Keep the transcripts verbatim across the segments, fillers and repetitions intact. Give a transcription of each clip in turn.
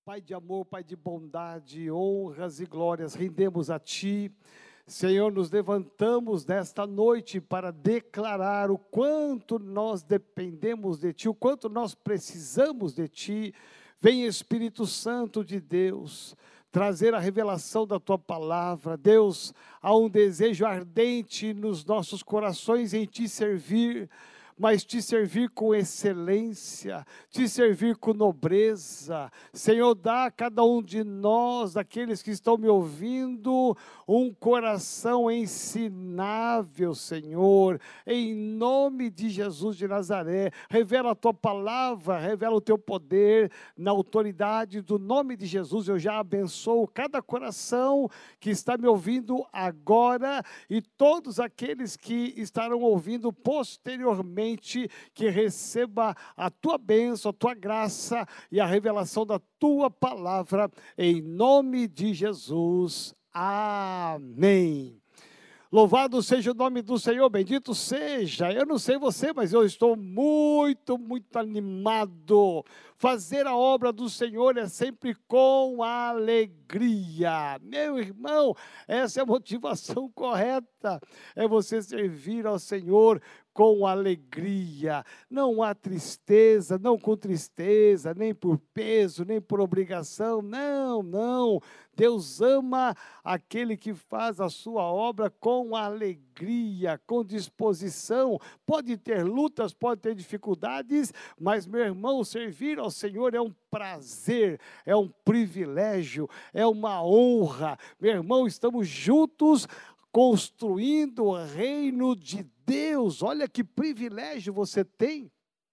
Pai de amor, Pai de bondade, honras e glórias, rendemos a Ti. Senhor, nos levantamos nesta noite para declarar o quanto nós dependemos de Ti, o quanto nós precisamos de Ti. Vem Espírito Santo de Deus, trazer a revelação da Tua palavra. Deus, há um desejo ardente nos nossos corações em Te servir, mas Te servir com excelência, Te servir com nobreza. Senhor, dá a cada um de nós, aqueles que estão me ouvindo, um coração ensinável, Senhor, em nome de Jesus de Nazaré. Revela a Tua palavra, revela o Teu poder, na autoridade do nome de Jesus. Eu já abençoo cada coração que está me ouvindo agora e todos aqueles que estarão ouvindo posteriormente, que receba a Tua bênção, a Tua graça e a revelação da Tua palavra, em nome de Jesus. Amém. Louvado seja o nome do Senhor, bendito seja. Eu não sei você, mas eu estou muito, muito animado. Fazer a obra do Senhor é sempre com alegria. Meu irmão, essa é a motivação correta. É você servir ao Senhor com alegria. Não há tristeza, não com tristeza, nem por peso, nem por obrigação. Não, não. Deus ama aquele que faz a sua obra com alegria, com disposição. Pode ter lutas, pode ter dificuldades, mas, meu irmão, servir ao Senhor é um prazer, é um privilégio, é uma honra. Meu irmão, estamos juntos construindo o reino de Deus. Olha que privilégio você tem.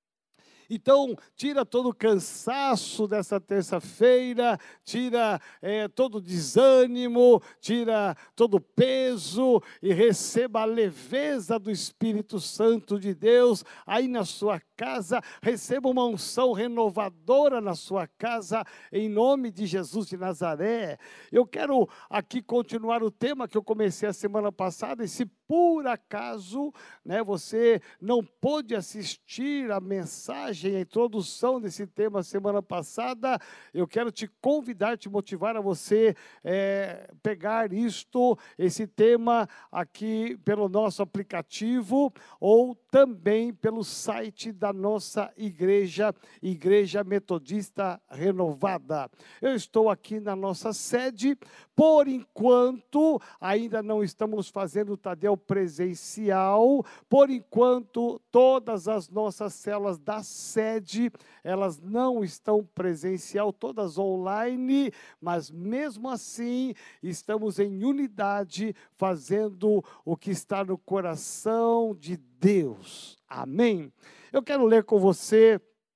Então, tira todo o cansaço dessa terça-feira, tira é, todo o desânimo, tira todo o peso e receba a leveza do Espírito Santo de Deus aí na sua casa. Receba uma unção renovadora na sua casa, em nome de Jesus de Nazaré. Eu quero aqui continuar o tema que eu comecei a semana passada, e se por acaso, né, você não pôde assistir a mensagem, a introdução desse tema semana passada, eu quero te convidar, te motivar a você é, pegar isto, esse tema aqui pelo nosso aplicativo ou também pelo site da nossa igreja, Igreja Metodista Renovada. Eu estou aqui na nossa sede, por enquanto ainda não estamos fazendo o Tadel presencial, por enquanto todas as nossas células da sede, elas não estão presencial, todas online, mas mesmo assim estamos em unidade, fazendo o que está no coração de Deus. Amém? Eu quero ler com você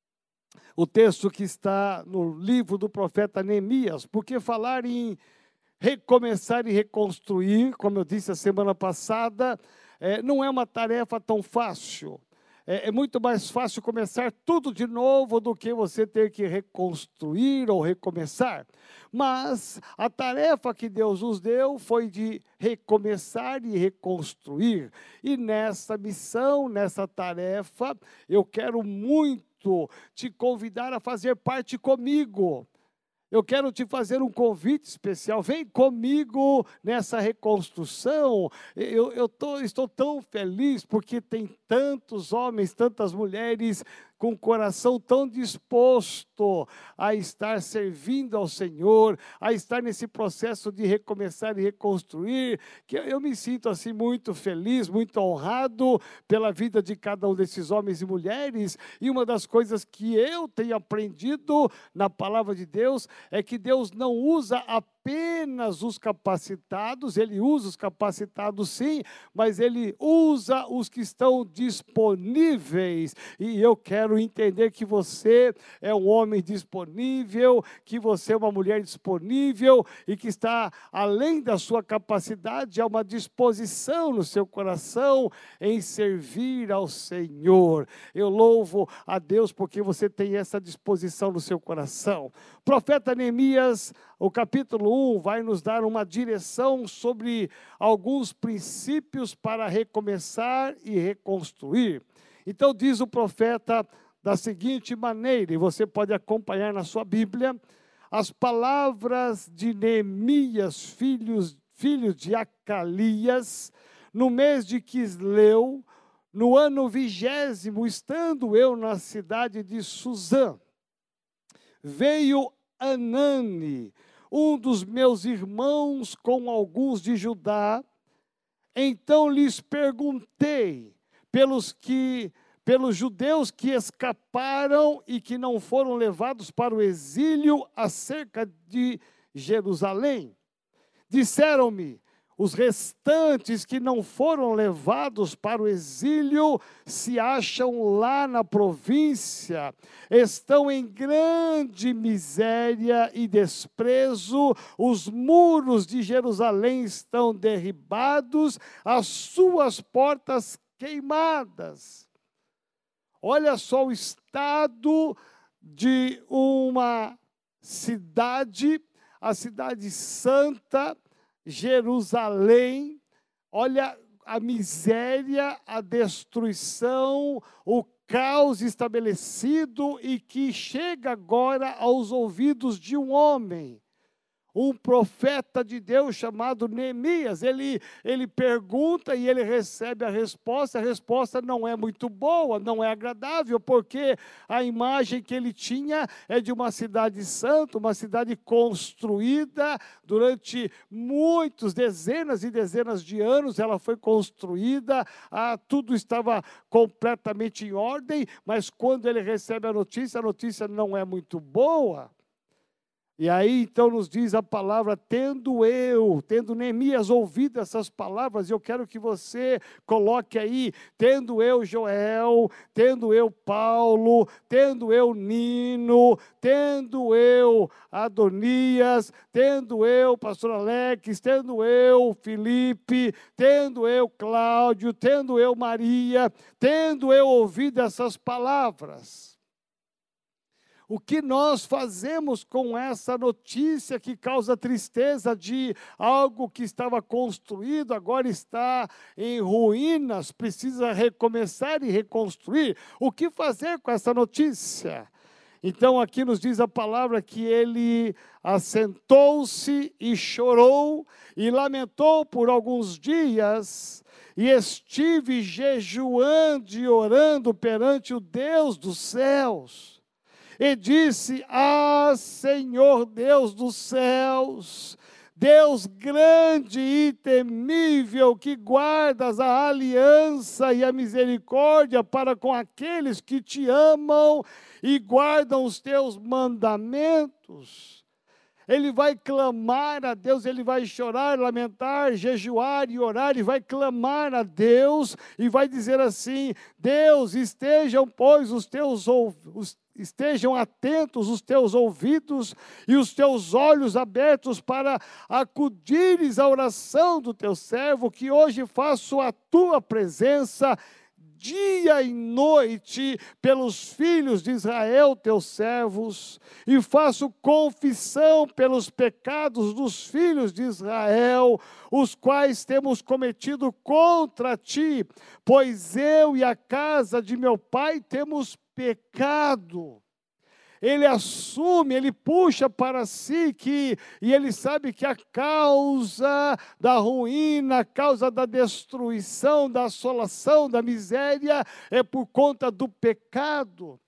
o texto que está no livro do profeta Neemias, porque falar em recomeçar e reconstruir, como eu disse a semana passada, é, não é uma tarefa tão fácil. É, é muito mais fácil começar tudo de novo do que você ter que reconstruir ou recomeçar. Mas a tarefa que Deus nos deu foi de recomeçar e reconstruir. E nessa missão, nessa tarefa, eu quero muito te convidar a fazer parte comigo. Eu quero te fazer um convite especial. Vem comigo nessa reconstrução. Eu, eu tô, estou tão feliz porque tem tantos homens, tantas mulheres com o coração tão disposto a estar servindo ao Senhor, a estar nesse processo de recomeçar e reconstruir, que eu me sinto assim muito feliz, muito honrado pela vida de cada um desses homens e mulheres. E uma das coisas que eu tenho aprendido na palavra de Deus é que Deus não usa apenas os capacitados, Ele usa os capacitados sim, mas Ele usa os que estão disponíveis. E eu quero entender que você é um homem disponível, que você é uma mulher disponível e que está além da sua capacidade, há uma disposição no seu coração em servir ao Senhor. Eu louvo a Deus porque você tem essa disposição no seu coração. O profeta Neemias, o capítulo um, vai nos dar uma direção sobre alguns princípios para recomeçar e reconstruir. Então diz o profeta da seguinte maneira, e você pode acompanhar na sua Bíblia: as palavras de Neemias, filhos, filho de Acalias, no mês de Quisleu, no ano vigésimo, estando eu na cidade de Suzã. Veio Anani, um dos meus irmãos, com alguns de Judá. Então lhes perguntei pelos que pelos judeus que escaparam e que não foram levados para o exílio acerca de Jerusalém. Disseram-me: os restantes que não foram levados para o exílio se acham lá na província, estão em grande miséria e desprezo, os muros de Jerusalém estão derribados, as suas portas queimadas. Olha só o estado de uma cidade, a cidade santa, Jerusalém. Olha a miséria, a destruição, o caos estabelecido e que chega agora aos ouvidos de um homem, um profeta de Deus chamado Neemias. Ele, ele pergunta e ele recebe a resposta. A resposta não é muito boa, não é agradável, porque a imagem que ele tinha é de uma cidade santa, uma cidade construída durante muitos, dezenas e dezenas de anos. Ela foi construída, ah, tudo estava completamente em ordem, mas quando ele recebe a notícia, a notícia não é muito boa. E aí, então, nos diz a palavra, tendo eu, tendo Neemias ouvido essas palavras, eu quero que você coloque aí, tendo eu Joel, tendo eu Paulo, tendo eu Nino, tendo eu Adonias, tendo eu pastor Alex, tendo eu Felipe, tendo eu Cláudio, tendo eu Maria, tendo eu ouvido essas palavras. O que nós fazemos com essa notícia que causa tristeza de algo que estava construído, agora está em ruínas, precisa recomeçar e reconstruir? O que fazer com essa notícia? Então aqui nos diz a palavra que ele assentou-se e chorou e lamentou por alguns dias, e estive jejuando e orando perante o Deus dos céus. E disse: ah, Senhor Deus dos céus, Deus grande e temível, que guardas a aliança e a misericórdia para com aqueles que te amam e guardam os teus mandamentos. Ele vai clamar a Deus, ele vai chorar, lamentar, jejuar e orar, e vai clamar a Deus, e vai dizer assim: Deus, estejam, pois, os teus ouvidos, estejam atentos os teus ouvidos e os teus olhos abertos para acudires à oração do teu servo, que hoje faço a tua presença dia e noite pelos filhos de Israel, teus servos, e faço confissão pelos pecados dos filhos de Israel, os quais temos cometido contra ti, pois eu e a casa de meu pai temos pecado. Ele assume, ele puxa para si que, e ele sabe que a causa da ruína, a causa da destruição, da assolação, da miséria, é por conta do pecado.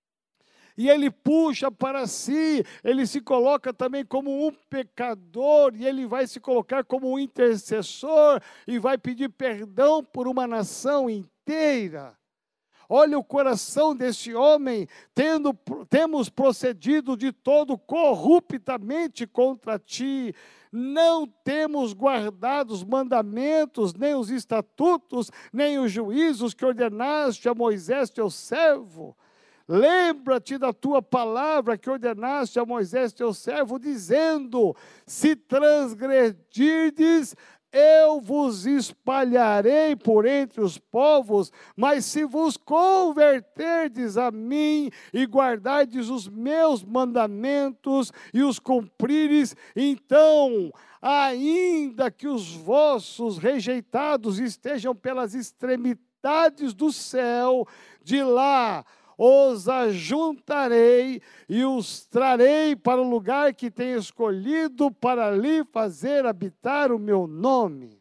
E ele puxa para si, ele se coloca também como um pecador, e ele vai se colocar como um intercessor, e vai pedir perdão por uma nação inteira. Olha o coração desse homem, tendo, temos procedido de todo corruptamente contra ti, não temos guardado os mandamentos, nem os estatutos, nem os juízos que ordenaste a Moisés, teu servo. Lembra-te da tua palavra que ordenaste a Moisés, teu servo, dizendo: se transgredirdes, eu vos espalharei por entre os povos, mas se vos converterdes a mim e guardardes os meus mandamentos e os cumprires, então, ainda que os vossos rejeitados estejam pelas extremidades do céu, de lá os ajuntarei e os trarei para o lugar que tenho escolhido para ali fazer habitar o meu nome.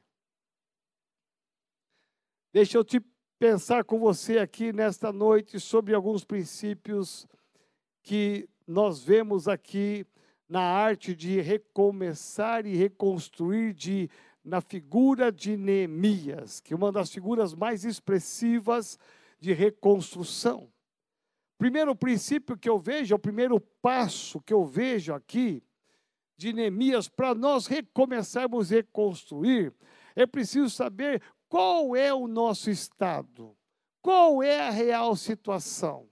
Deixa eu te pensar com você aqui nesta noite sobre alguns princípios que nós vemos aqui na arte de recomeçar e reconstruir de, na figura de Neemias, que é uma das figuras mais expressivas de reconstrução. Primeiro princípio que eu vejo, o primeiro passo que eu vejo aqui de Neemias para nós recomeçarmos a reconstruir, é preciso saber qual é o nosso estado, qual é a real situação.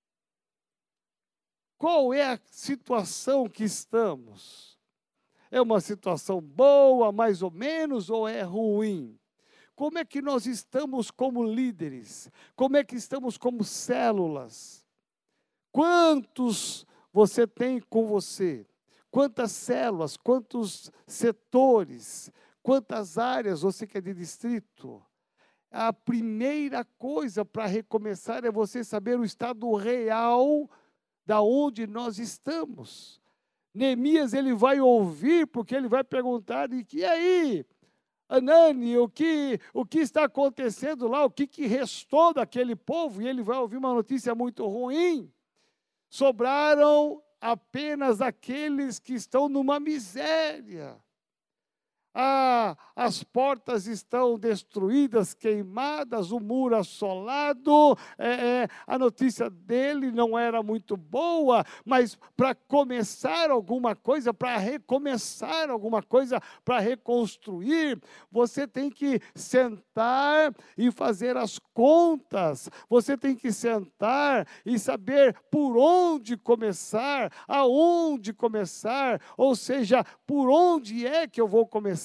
Qual é a situação que estamos? É uma situação boa, mais ou menos, ou é ruim? Como é que nós estamos como líderes? Como é que estamos como células? Quantos você tem com você? Quantas células, quantos setores, quantas áreas você quer de distrito? A primeira coisa para recomeçar é você saber o estado real da onde nós estamos. Neemias, ele vai ouvir, porque ele vai perguntar, e aí, Anani, o que, o que está acontecendo lá? O que, que restou daquele povo? E ele vai ouvir uma notícia muito ruim. Sobraram apenas aqueles que estão numa miséria. Ah, as portas estão destruídas, queimadas, o muro assolado. É, é, a notícia dele não era muito boa, mas para começar alguma coisa, para recomeçar alguma coisa, para reconstruir, você tem que sentar e fazer as contas. Você tem que sentar e saber por onde começar, aonde começar, ou seja, por onde é que eu vou começar.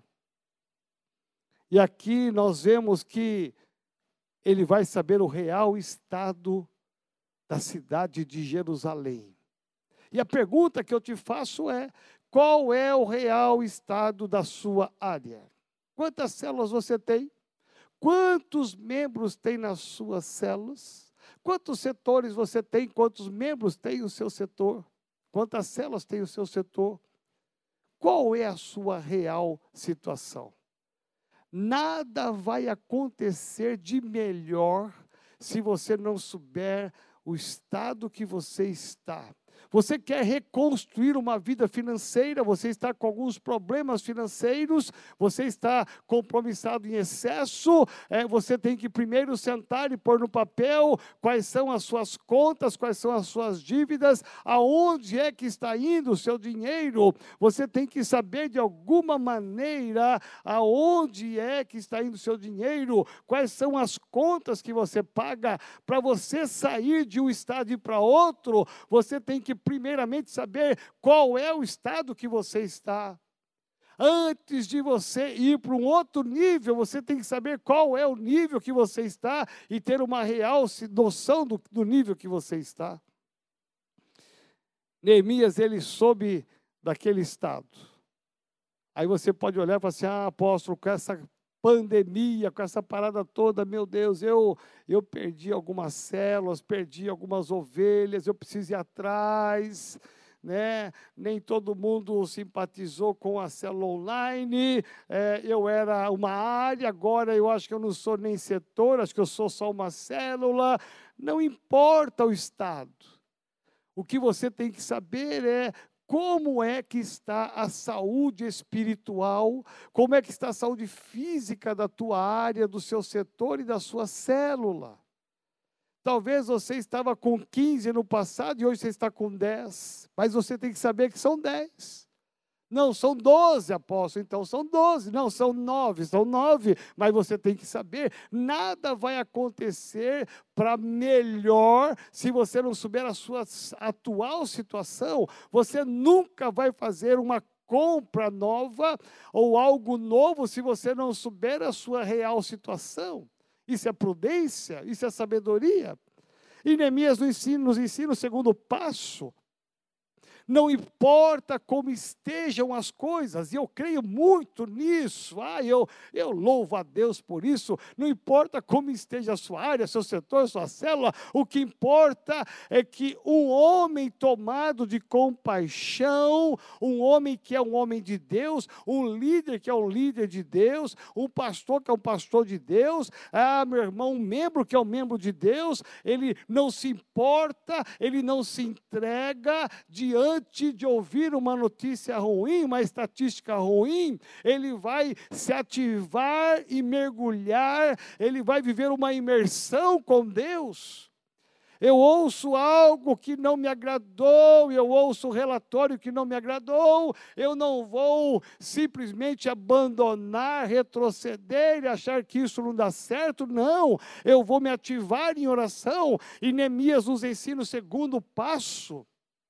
E aqui nós vemos que ele vai saber o real estado da cidade de Jerusalém. E a pergunta que eu te faço é: qual é o real estado da sua área? Quantas células você tem? Quantos membros tem nas suas células? Quantos setores você tem? Quantos membros tem o seu setor? Quantas células tem o seu setor? Qual é a sua real situação? Nada vai acontecer de melhor se você não souber o estado que você está. Você quer reconstruir uma vida financeira, você está com alguns problemas financeiros, você está compromissado em excesso, é, você tem que primeiro sentar e pôr no papel quais são as suas contas, quais são as suas dívidas, aonde é que está indo o seu dinheiro. Você tem que saber de alguma maneira aonde é que está indo o seu dinheiro, quais são as contas que você paga. Para você sair de um estado e para outro, você tem que primeiramente saber qual é o estado que você está. Antes de você ir para um outro nível, você tem que saber qual é o nível que você está e ter uma real noção do, do nível que você está. Neemias, ele soube daquele estado. Aí você pode olhar e falar assim: ah, apóstolo, com essa pandemia, com essa parada toda, meu Deus, eu, eu perdi algumas células, perdi algumas ovelhas, eu preciso ir atrás, né? Nem todo mundo simpatizou com a célula online, é, eu era uma área, agora eu acho que eu não sou nem setor, acho que eu sou só uma célula. Não importa o estado, o que você tem que saber é como é que está a saúde espiritual, como é que está a saúde física da tua área, do seu setor e da sua célula. Talvez você estava com quinze no passado e hoje você está com dez, mas você tem que saber que são dez. Não, são doze, apóstolo, então são doze. Não, são nove, são nove. Mas você tem que saber, nada vai acontecer para melhor se você não souber a sua atual situação. Você nunca vai fazer uma compra nova ou algo novo se você não souber a sua real situação. Isso é prudência, isso é sabedoria. E Neemias nos ensina, nos ensina o segundo passo. não importa como estejam as coisas, e eu creio muito nisso, ah, eu, eu louvo a Deus por isso, não importa como esteja a sua área, seu setor, sua célula, o que importa é que um homem tomado de compaixão, um homem que é um homem de Deus, um líder que é um líder de Deus, um pastor que é um pastor de Deus, ah, meu irmão, um membro que é um membro de Deus, ele não se importa, ele não se entrega diante de ouvir uma notícia ruim, uma estatística ruim, ele vai se ativar e mergulhar, ele vai viver uma imersão com Deus. Eu ouço algo que não me agradou, eu ouço um relatório que não me agradou, eu não vou simplesmente abandonar, retroceder e achar que isso não dá certo, não, eu vou me ativar em oração, e Neemias nos ensina o segundo passo.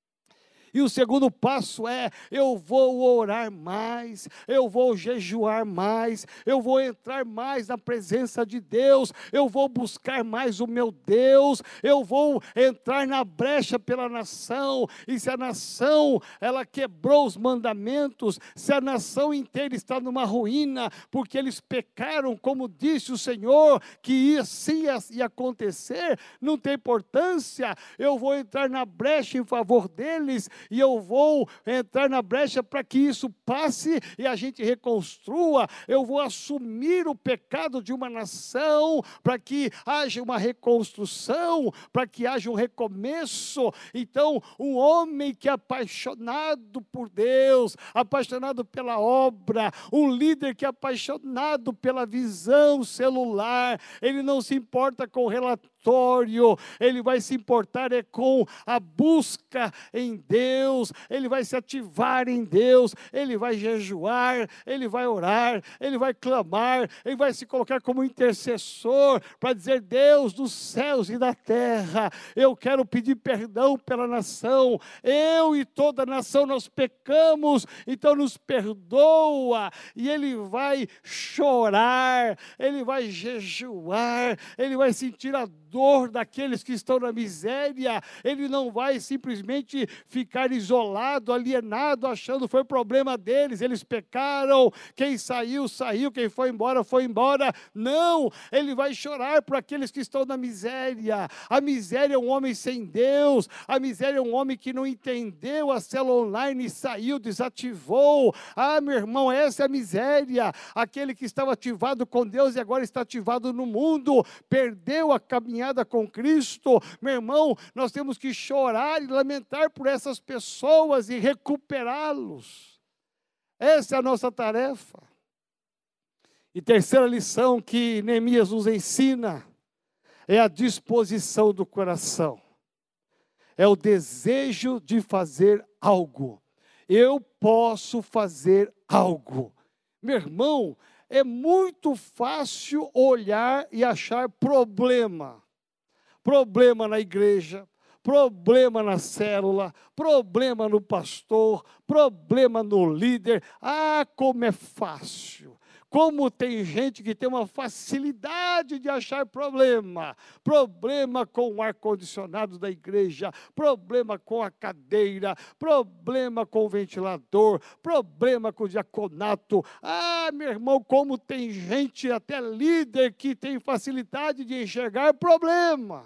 E o segundo passo é, eu vou orar mais, eu vou jejuar mais, eu vou entrar mais na presença de Deus, eu vou buscar mais o meu Deus, eu vou entrar na brecha pela nação, e se a nação, ela quebrou os mandamentos, se a nação inteira está numa ruína, porque eles pecaram, como disse o Senhor, que assim ia, ia acontecer, não tem importância, eu vou entrar na brecha em favor deles, e eu vou entrar na brecha para que isso passe e a gente reconstrua. Eu vou assumir o pecado de uma nação para que haja uma reconstrução, para que haja um recomeço. Então, um homem que é apaixonado por Deus, apaixonado pela obra, um líder que é apaixonado pela visão celular, ele não se importa com o relatório, ele vai se importar é com a busca em Deus, ele vai se ativar em Deus, ele vai jejuar, ele vai orar, ele vai clamar, ele vai se colocar como intercessor para dizer: Deus dos céus e da terra, eu quero pedir perdão pela nação, eu e toda a nação nós pecamos, então nos perdoa, e ele vai chorar, ele vai jejuar, ele vai sentir a dor daqueles que estão na miséria, ele não vai simplesmente ficar isolado, alienado, achando que foi problema deles, eles pecaram, quem saiu, saiu, quem foi embora, foi embora. Não, ele vai chorar por aqueles que estão na miséria. A miséria é um homem sem Deus, a miséria é um homem que não entendeu a célula online, saiu, desativou. Ah, meu irmão, essa é a miséria, aquele que estava ativado com Deus e agora está ativado no mundo, perdeu a caminhada com Cristo. Meu irmão, nós temos que chorar e lamentar por essas pessoas e recuperá-los. Essa é a nossa tarefa. E terceira lição que Neemias nos ensina é a disposição do coração. É o desejo de fazer algo. Eu posso fazer algo. Meu irmão, é muito fácil olhar e achar problema. Problema na igreja, problema na célula, problema no pastor, problema no líder. Ah, como é fácil. Como tem gente que tem uma facilidade de achar problema. Problema com o ar-condicionado da igreja, problema com a cadeira, problema com o ventilador, problema com o diaconato. Ah, meu irmão, como tem gente, até líder, que tem facilidade de enxergar problema.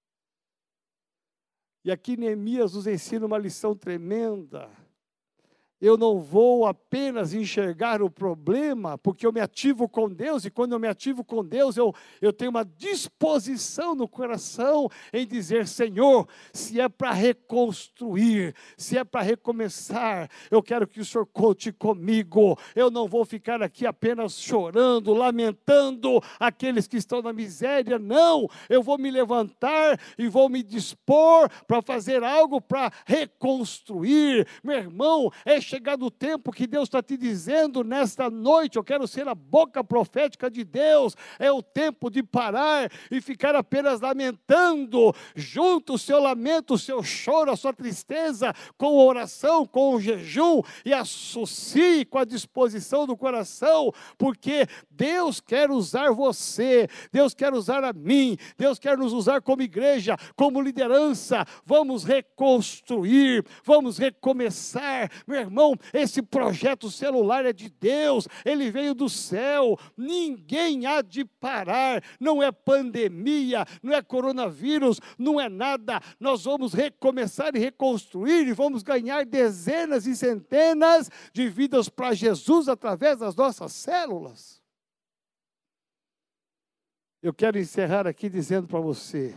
E aqui Neemias nos ensina uma lição tremenda. Eu não vou apenas enxergar o problema, porque eu me ativo com Deus, e quando eu me ativo com Deus, eu, eu tenho uma disposição no coração em dizer: Senhor, se é para reconstruir, se é para recomeçar, eu quero que o Senhor conte comigo. Eu não vou ficar aqui apenas chorando, lamentando aqueles que estão na miséria, não, eu vou me levantar e vou me dispor para fazer algo para reconstruir. Meu irmão, é chegado o tempo que Deus está te dizendo nesta noite, eu quero ser a boca profética de Deus, é o tempo de parar e ficar apenas lamentando, junto o seu lamento, o seu choro, a sua tristeza, com a oração, com o jejum, e associe com a disposição do coração, porque Deus quer usar você, Deus quer usar a mim, Deus quer nos usar como igreja, como liderança. Vamos reconstruir, vamos recomeçar. Meu irmão, esse projeto celular é de Deus, ele veio do céu, ninguém há de parar, não é pandemia, não é coronavírus, não é nada. Nós vamos recomeçar e reconstruir, e vamos ganhar dezenas e centenas de vidas para Jesus através das nossas células. Eu quero encerrar aqui dizendo para você,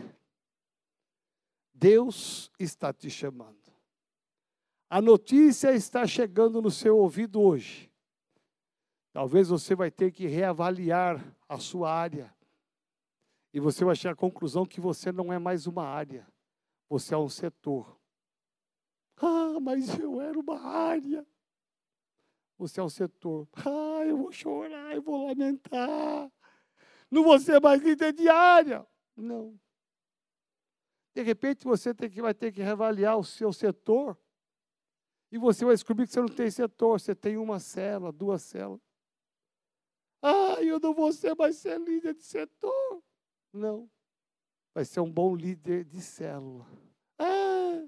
Deus está te chamando. A notícia está chegando no seu ouvido hoje. Talvez você vai ter que reavaliar a sua área. E você vai chegar à conclusão que você não é mais uma área. Você é um setor. Ah, mas eu era uma área. Você é um setor. Ah, eu vou chorar, eu vou lamentar. Não vou ser mais líder de área. Não. De repente você tem que, vai ter que reavaliar o seu setor. E você vai descobrir que você não tem setor. Você tem uma célula, duas células. Ah, eu não vou ser mais ser líder de setor. Não. Vai ser um bom líder de célula. Ah!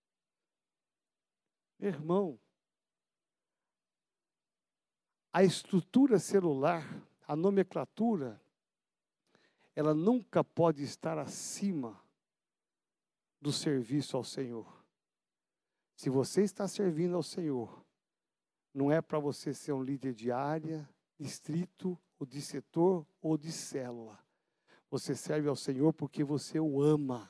Meu irmão, a estrutura celular, a nomenclatura, ela nunca pode estar acima do serviço ao Senhor. Se você está servindo ao Senhor, não é para você ser um líder de área, distrito, ou de setor, ou de célula. Você serve ao Senhor porque você o ama.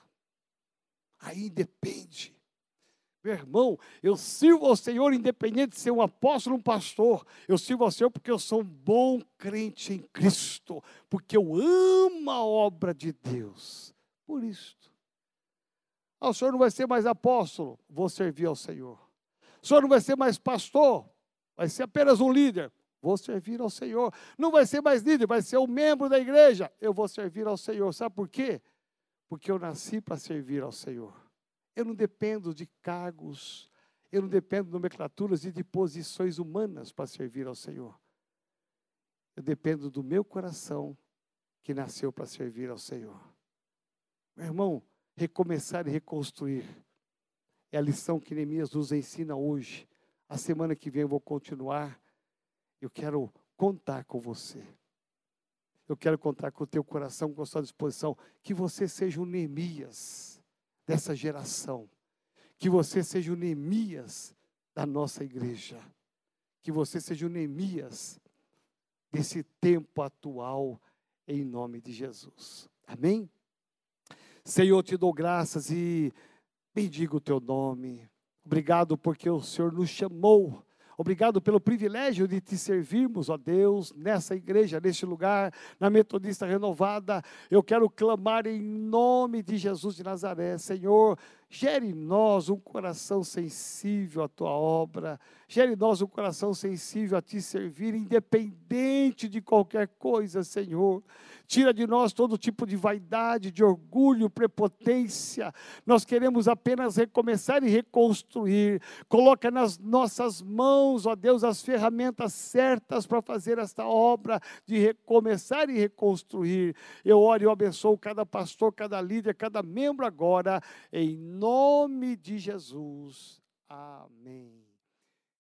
Aí depende. Meu irmão, eu sirvo ao Senhor independente de ser um apóstolo ou um pastor. Eu sirvo ao Senhor porque eu sou um bom crente em Cristo. Porque eu amo a obra de Deus. Por isto. Ah, o senhor não vai ser mais apóstolo? Vou servir ao Senhor. O senhor não vai ser mais pastor? Vai ser apenas um líder? Vou servir ao Senhor. Não vai ser mais líder, vai ser um membro da igreja? Eu vou servir ao Senhor. Sabe por quê? Porque eu nasci para servir ao Senhor. Eu não dependo de cargos, eu não dependo de nomenclaturas e de posições humanas para servir ao Senhor. Eu dependo do meu coração que nasceu para servir ao Senhor. Meu irmão, recomeçar e reconstruir é a lição que Neemias nos ensina hoje. A semana que vem eu vou continuar. Eu quero contar com você. Eu quero contar com o teu coração, com a sua disposição. Que você seja o Neemias dessa geração. Que você seja o Neemias da nossa igreja. Que você seja o Neemias desse tempo atual, em nome de Jesus. Amém? Senhor, te dou graças e bendigo o teu nome. Obrigado porque o Senhor nos chamou. Obrigado pelo privilégio de te servirmos, ó Deus, nessa igreja, neste lugar, na Metodista Renovada. Eu quero clamar em nome de Jesus de Nazaré. Senhor, gere em nós um coração sensível à tua obra. Gere em nós um coração sensível a te servir, independente de qualquer coisa, Senhor. Tira de nós todo tipo de vaidade, de orgulho, prepotência. Nós queremos apenas recomeçar e reconstruir. Coloca nas nossas mãos, ó Deus, as ferramentas certas para fazer esta obra de recomeçar e reconstruir. Eu oro e eu abençoo cada pastor, cada líder, cada membro agora, em nome de Jesus. Amém.